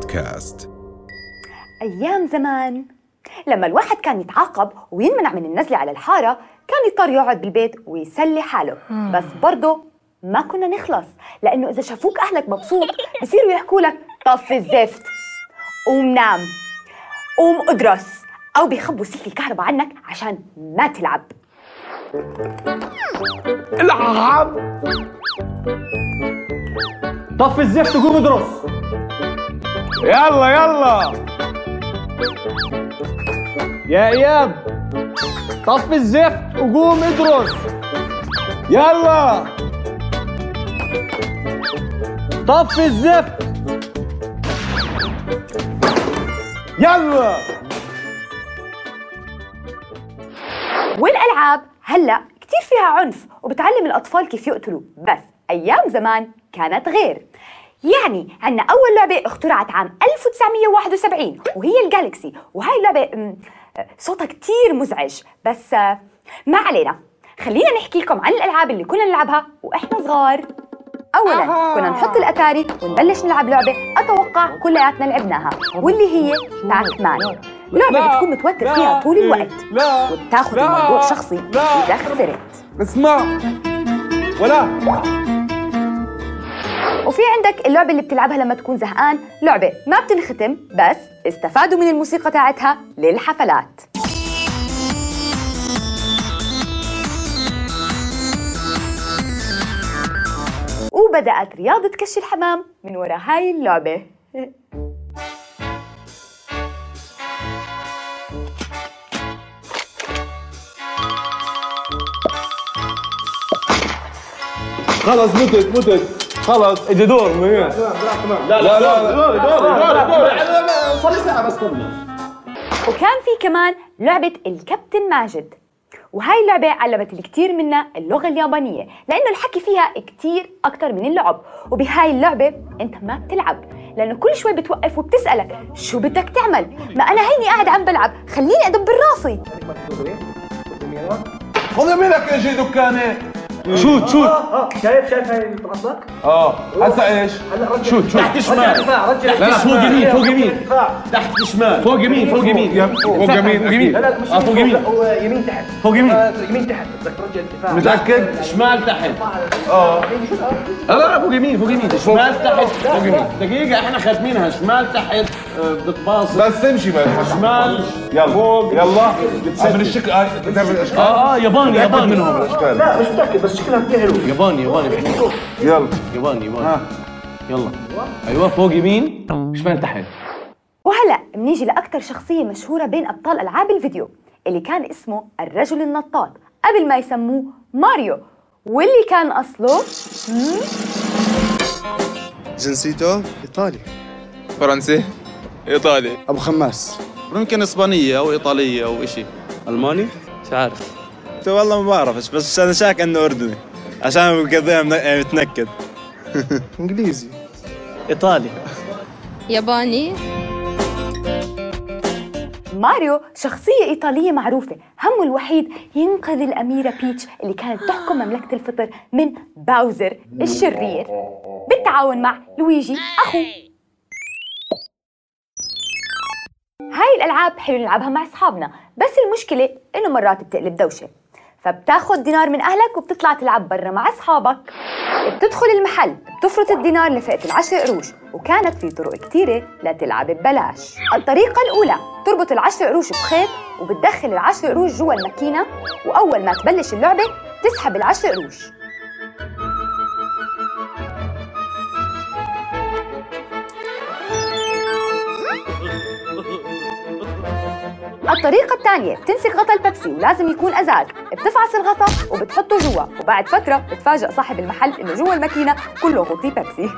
بودكاست. أيام زمان لما الواحد كان يتعاقب وينمنع من النزلة على الحارة كان يضطر يقعد بالبيت ويسلي حاله. بس برضه ما كنا نخلص، لأنه إذا شافوك أهلك مبسوط بصيروا يحكوا لك طفي الزفت، قوم نام، قوم ادرس، أو بيخبوا سلك الكهرباء عنك عشان ما تلعب. العب، طفي الزفت وقوم ادرس. يلا يلا يا اياب، طفي الزفت وقوم ادرس. يلا طفي الزفت. يلا. والألعاب هلأ كتير فيها عنف وبتعلم الأطفال كيف يقتلوا، بس أيام زمان كانت غير. يعني عنا أول لعبة اخترعت عام 1971 وهي الجالكسي، وهاي اللعبة صوتها كتير مزعج، بس ما علينا. خلينا نحكي لكم عن الألعاب اللي كنا نلعبها وإحنا صغار. أولاً كنا نحط الأتاري ونبلش نلعب لعبة أتوقع كلياتنا لعبناها، واللي هي باك مان. لعبة بتكون متوتر فيها طول الوقت وبتاخذ الموضوع شخصي إذا خسرت. اسمع ولا. وفي عندك اللعبة اللي بتلعبها لما تكون زهقان، لعبة ما بتنختم بس استفادوا من الموسيقى تاعتها للحفلات. وبدأت رياضة كش الحمام من وراء هاي اللعبة. خلص متت خلص اجي دور. لا صار لي ساعة بس طبنا. وكان في كمان لعبة الكابتن ماجد، وهاي اللعبة علمت الكثير منا اللغة اليابانية لأنه الحكي فيها كتير أكتر من اللعب. وبهاي اللعبة أنت ما بتلعب، لأنه كل شوي بتوقف وبتسألك شو بدك تعمل؟ ما أنا هيني قاعد عم بلعب، خليني أدبر راسي. خذ يمينك اجي دكاني. شوت شايف هاي اللي طلعت لك؟ هسا ايش؟ شوت تحت شمال، لا فوق يمين تحت شمال، فوق يمين لا مش فوق يمين هو يمين تحت، فوق يمين يمين تحت، بدك ترجع الدفاع. متأكد؟ شمال تحت. لا فوق يمين شمال تحت، فوق يمين. دقيقة احنا ختمينها شمال تحت، بتباصي بس امشي بقى شمال يلا فوق. يلا من الشكل بتعرف الاشكال. ياباني منهم الاشكال. لا مش متأكد بس شكلها كتير حلو. ياباني يلا ياباني يلا. ايوه فوق يمين، شمال تحت. وهلأ منيجي لأكثر شخصية مشهورة بين أبطال ألعاب الفيديو اللي كان اسمه الرجل النطاط قبل ما يسموه ماريو، واللي كان أصله جنسيته إيطالي، فرنسي، إيطالي، أبو خماس، ممكن إسبانية أو إيطالية أو إشي. ألماني؟ مش عارف. والله ما بعرفش، بس أنا شاك إنه أردني عشان بقضيها متنكد. إنجليزي، إيطالي، ياباني. ماريو شخصية إيطالية معروفة، همه الوحيد ينقذ الأميرة بيتش اللي كانت تحكم مملكة الفطر من باوزر الشرير بالتعاون مع لويجي أخوه. هاي الألعاب حلو نلعبها مع أصحابنا، بس المشكلة إنه مرات بتقلب دوشة، فبتاخد دينار من أهلك وبتطلع تلعب برا مع أصحابك. بتدخل المحل بتفرط الدينار لفئة 10 قروش، وكانت في طرق كتيرة لتلعب ببلاش. الطريقة الأولى تربط 10 قروش بخيط وبتدخل 10 قروش جوا الماكينة، وأول ما تبلش اللعبة تسحب 10 قروش. الطريقة الثانية بتمسك غطا البيبسي ولازم يكون أزاز، بتفعص الغطا وبتحطه جوا، وبعد فترة بتفاجئ صاحب المحل إنه جوا الماكينة كله غطي بيبسي.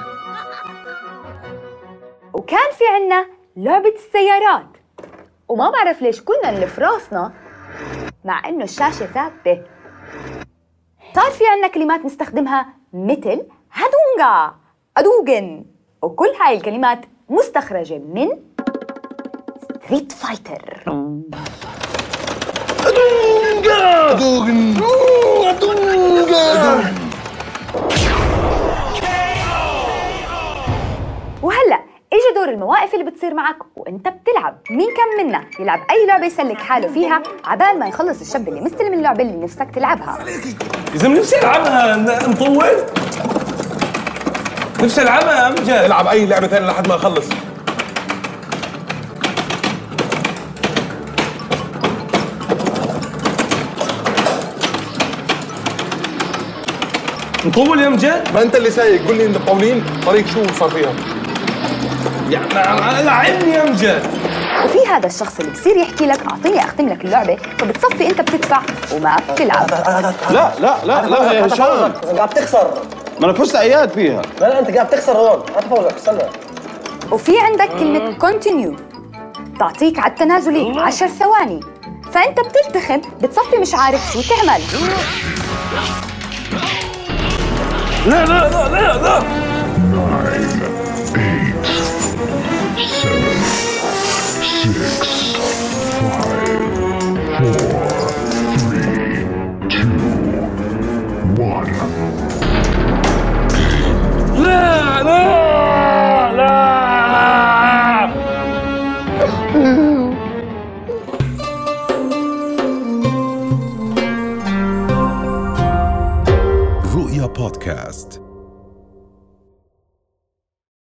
وكان في عنا لعبة السيارات، وما بعرف ليش كنا نلف راسنا مع إنه الشاشة ثابتة. صار في عنا كلمات نستخدمها مثل هادونغا، أدوغن، وكل هاي الكلمات مستخرجة من ستريت فايتر. وهلأ إجا دور المواقف اللي بتصير معك وانت بتلعب. مين كان منا يلعب اي لعبه يسلك حاله فيها عبال ما يخلص الشاب اللي مستلم اللعبه اللي نفسك تلعبها؟ يا زلمه نفسي العبها، نطول. نفسي العبها يا امجد. العب اي لعبه ثانيه لحد ما اخلص. نطول يا امجد. ما انت اللي سايق، قول لي انت مطولين طريق شو صار فيها؟ يعني لعبني يا امجد. وفي هذا الشخص اللي بصير يحكي لك اعطيني اختم لك اللعبه، فبتصفي انت بتدفع وما بتلعب. لا لا لا لا يا هشام، قاعد تخسر. ما انا فزت اياد فيها. لا انت قاعد تخسر هون، لا تفوزك. استنى. وفي عندك كلمه كونتينيو تعطيك على التنازلي 10 ثواني، فانت بتلتخم بتصفي مش عارف شو تعمل. لا لا لا لا لا. 1. لا لا لا. رؤيا بودكاست.